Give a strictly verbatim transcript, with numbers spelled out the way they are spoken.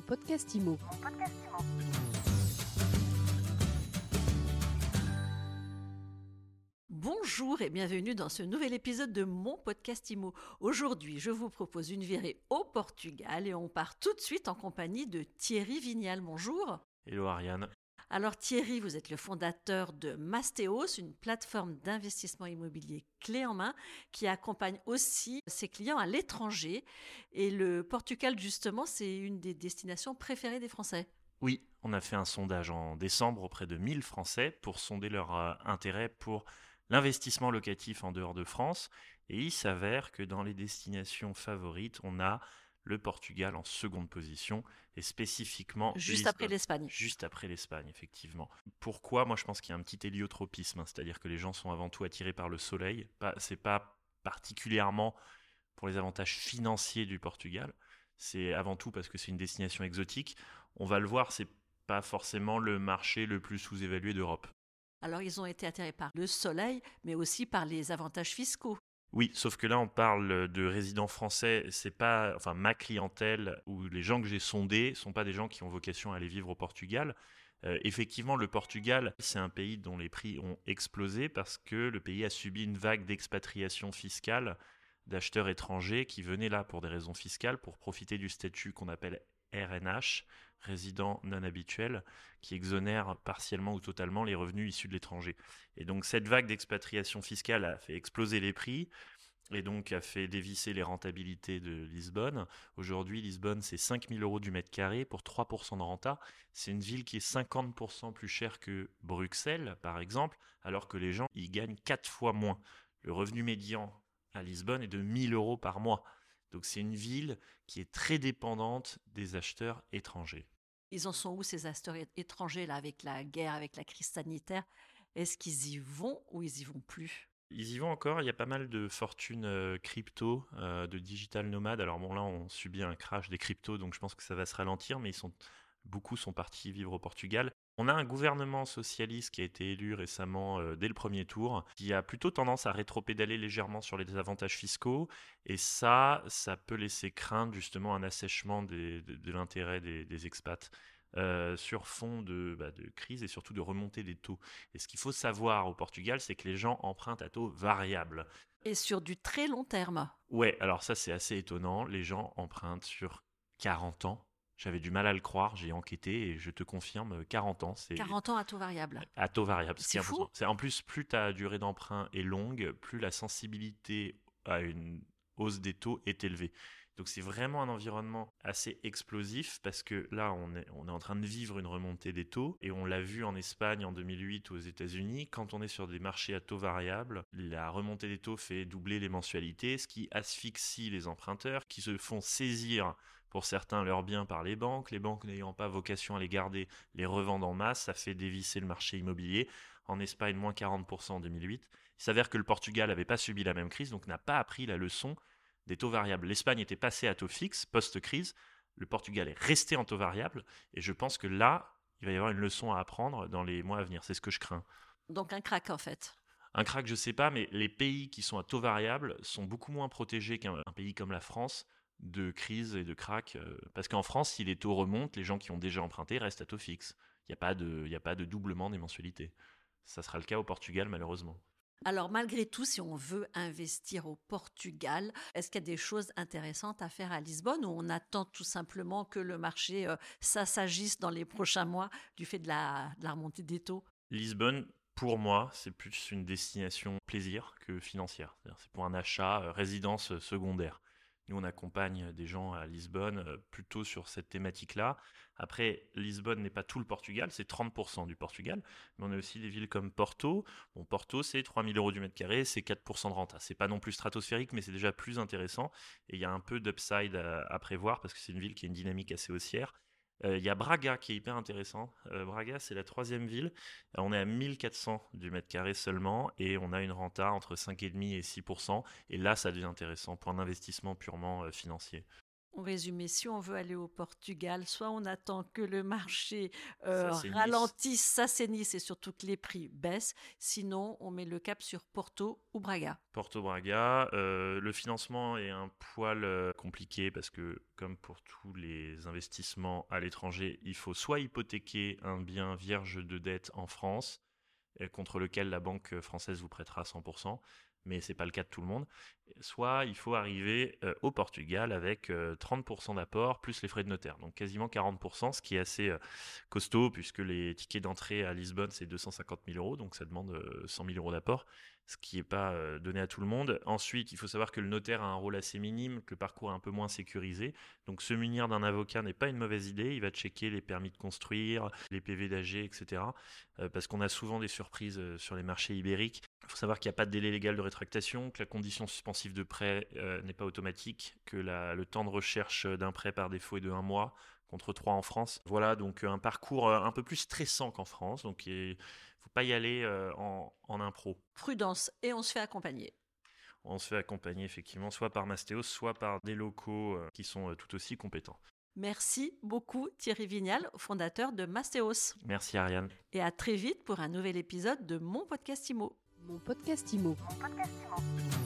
podcast Imo. Bonjour et bienvenue dans ce nouvel épisode de mon podcast Imo. Aujourd'hui, je vous propose une virée au Portugal et on part tout de suite en compagnie de Thierry Vignal. Bonjour. Hello Ariane. Alors Thierry, vous êtes le fondateur de Mastéos, une plateforme d'investissement immobilier clé en main qui accompagne aussi ses clients à l'étranger. Et le Portugal, justement, c'est une des destinations préférées des Français. Oui, on a fait un sondage en décembre auprès de mille Français pour sonder leur euh, intérêt pour l'investissement locatif en dehors de France. Et il s'avère que dans les destinations favorites, on a le Portugal en seconde position et spécifiquement Juste Lisbonne. après l'Espagne. Juste après l'Espagne, effectivement. Pourquoi ? Moi, je pense qu'il y a un petit héliotropisme, hein, c'est-à-dire que les gens sont avant tout attirés par le soleil. Pas, c'est pas particulièrement pour les avantages financiers du Portugal. C'est avant tout parce que c'est une destination exotique. On va le voir, c'est pas forcément le marché le plus sous-évalué d'Europe. Alors ils ont été attirés par le soleil, mais aussi par les avantages fiscaux. Oui, sauf que là, on parle de résidents français. C'est pas, enfin, ma clientèle ou les gens que j'ai sondés sont pas des gens qui ont vocation à aller vivre au Portugal. Euh, effectivement, le Portugal, c'est un pays dont les prix ont explosé parce que le pays a subi une vague d'expatriation fiscale d'acheteurs étrangers qui venaient là pour des raisons fiscales, pour profiter du statut qu'on appelle R N H, résident non habituel, qui exonère partiellement ou totalement les revenus issus de l'étranger. Et donc cette vague d'expatriation fiscale a fait exploser les prix et donc a fait dévisser les rentabilités de Lisbonne. Aujourd'hui, Lisbonne, c'est cinq mille euros du mètre carré pour trois pour cent de renta. C'est une ville qui est cinquante pour cent plus chère que Bruxelles, par exemple, alors que les gens y gagnent quatre fois moins. Le revenu médian à Lisbonne est de mille euros par mois. Donc c'est une ville qui est très dépendante des acheteurs étrangers. Ils en sont où ces acheteurs étrangers là avec la guerre, avec la crise sanitaire ? Est-ce qu'ils y vont ou ils y vont plus ? Ils y vont encore, il y a pas mal de fortunes euh, crypto, euh, de digital nomades. Alors bon là on subit un crash des cryptos, donc je pense que ça va se ralentir, mais ils sont, beaucoup sont partis vivre au Portugal. On a un gouvernement socialiste qui a été élu récemment euh, dès le premier tour, qui a plutôt tendance à rétropédaler légèrement sur les avantages fiscaux, et ça, ça peut laisser craindre justement un assèchement des, de, de l'intérêt des, des expats. Euh, sur fond de, bah, de crise et surtout de remontée des taux. Et ce qu'il faut savoir au Portugal, c'est que les gens empruntent à taux variable. Et sur du très long terme. Ouais, alors ça c'est assez étonnant. Les gens empruntent sur quarante ans. J'avais du mal à le croire, j'ai enquêté et je te confirme, quarante ans, c'est quarante ans à taux variable. à taux variable. C'est fou. C'est, en plus, plus ta durée d'emprunt est longue, plus la sensibilité à une hausse des taux est élevée. Donc c'est vraiment un environnement assez explosif parce que là, on est, on est en train de vivre une remontée des taux et on l'a vu en Espagne en deux mille huit ou aux États-Unis. Quand on est sur des marchés à taux variable, la remontée des taux fait doubler les mensualités, ce qui asphyxie les emprunteurs qui se font saisir pour certains leurs biens par les banques. Les banques n'ayant pas vocation à les garder, les revendent en masse, ça fait dévisser le marché immobilier. En Espagne, moins quarante pour cent en deux mille huit. Il s'avère que le Portugal n'avait pas subi la même crise, donc n'a pas appris la leçon des taux variables. L'Espagne était passée à taux fixe post-crise, le Portugal est resté en taux variable, et je pense que là, il va y avoir une leçon à apprendre dans les mois à venir, c'est ce que je crains. Donc un crack en fait. Un crack, je ne sais pas, mais les pays qui sont à taux variable sont beaucoup moins protégés qu'un un pays comme la France de crise et de crack, euh, parce qu'en France, si les taux remontent, les gens qui ont déjà emprunté restent à taux fixe. Il n'y a pas de, il n'y a pas de doublement des mensualités. Ça sera le cas au Portugal, malheureusement. Alors malgré tout, si on veut investir au Portugal, est-ce qu'il y a des choses intéressantes à faire à Lisbonne ou on attend tout simplement que le marché euh, s'assagisse dans les prochains mois du fait de la, de la remontée des taux ? Lisbonne, pour moi, c'est plus une destination plaisir que financière. C'est-à-dire, c'est pour un achat, euh, résidence secondaire. Nous, on accompagne des gens à Lisbonne euh, plutôt sur cette thématique-là. Après, Lisbonne n'est pas tout le Portugal, c'est trente pour cent du Portugal, mais on a aussi des villes comme Porto. Bon, Porto, c'est trois mille euros du mètre carré, c'est quatre pour cent de renta. C'est pas non plus stratosphérique, mais c'est déjà plus intéressant. Et il y a un peu d'upside à, à prévoir parce que c'est une ville qui a une dynamique assez haussière. Il euh, y a Braga qui est hyper intéressant. Euh, Braga, c'est la troisième ville. Euh, on est à mille quatre cents du mètre carré seulement et on a une renta entre cinq virgule cinq et six pour cent. Et là, ça devient intéressant. Point d'investissement purement euh, financier. En résumé, si on veut aller au Portugal, soit on attend que le marché euh, S'assainisse. ralentisse, s'assainisse et surtout que les prix baissent. Sinon, on met le cap sur Porto ou Braga. Porto Braga, euh, le financement est un poil euh, compliqué parce que, comme pour tous les investissements à l'étranger, il faut soit hypothéquer un bien vierge de dette en France, euh, contre lequel la banque française vous prêtera cent pour cent, mais ce n'est pas le cas de tout le monde. Soit il faut arriver euh, au Portugal avec euh, trente pour cent d'apport plus les frais de notaire, donc quasiment quarante pour cent, ce qui est assez euh, costaud puisque les tickets d'entrée à Lisbonne c'est deux cent cinquante mille euros, donc ça demande euh, cent mille euros d'apport, ce qui n'est pas euh, donné à tout le monde. Ensuite, il faut savoir que le notaire a un rôle assez minime, que le parcours est un peu moins sécurisé, donc se munir d'un avocat n'est pas une mauvaise idée. Il va checker les permis de construire, les P V d'A G, et cetera, euh, parce qu'on a souvent des surprises euh, sur les marchés ibériques. Il faut savoir qu'il n'y a pas de délai légal de rétractation, que la condition suspensive de prêt euh, n'est pas automatique, que la, le temps de recherche d'un prêt par défaut est de un mois, contre trois en France. Voilà, donc un parcours un peu plus stressant qu'en France, donc il ne faut pas y aller euh, en, en impro. Prudence, et on se fait accompagner. On se fait accompagner effectivement soit par Mastéos, soit par des locaux euh, qui sont euh, tout aussi compétents. Merci beaucoup Thierry Vignal, fondateur de Mastéos. Merci Ariane. Et à très vite pour un nouvel épisode de Mon Podcast Immo. Mon podcast Immo. Mon podcast Immo.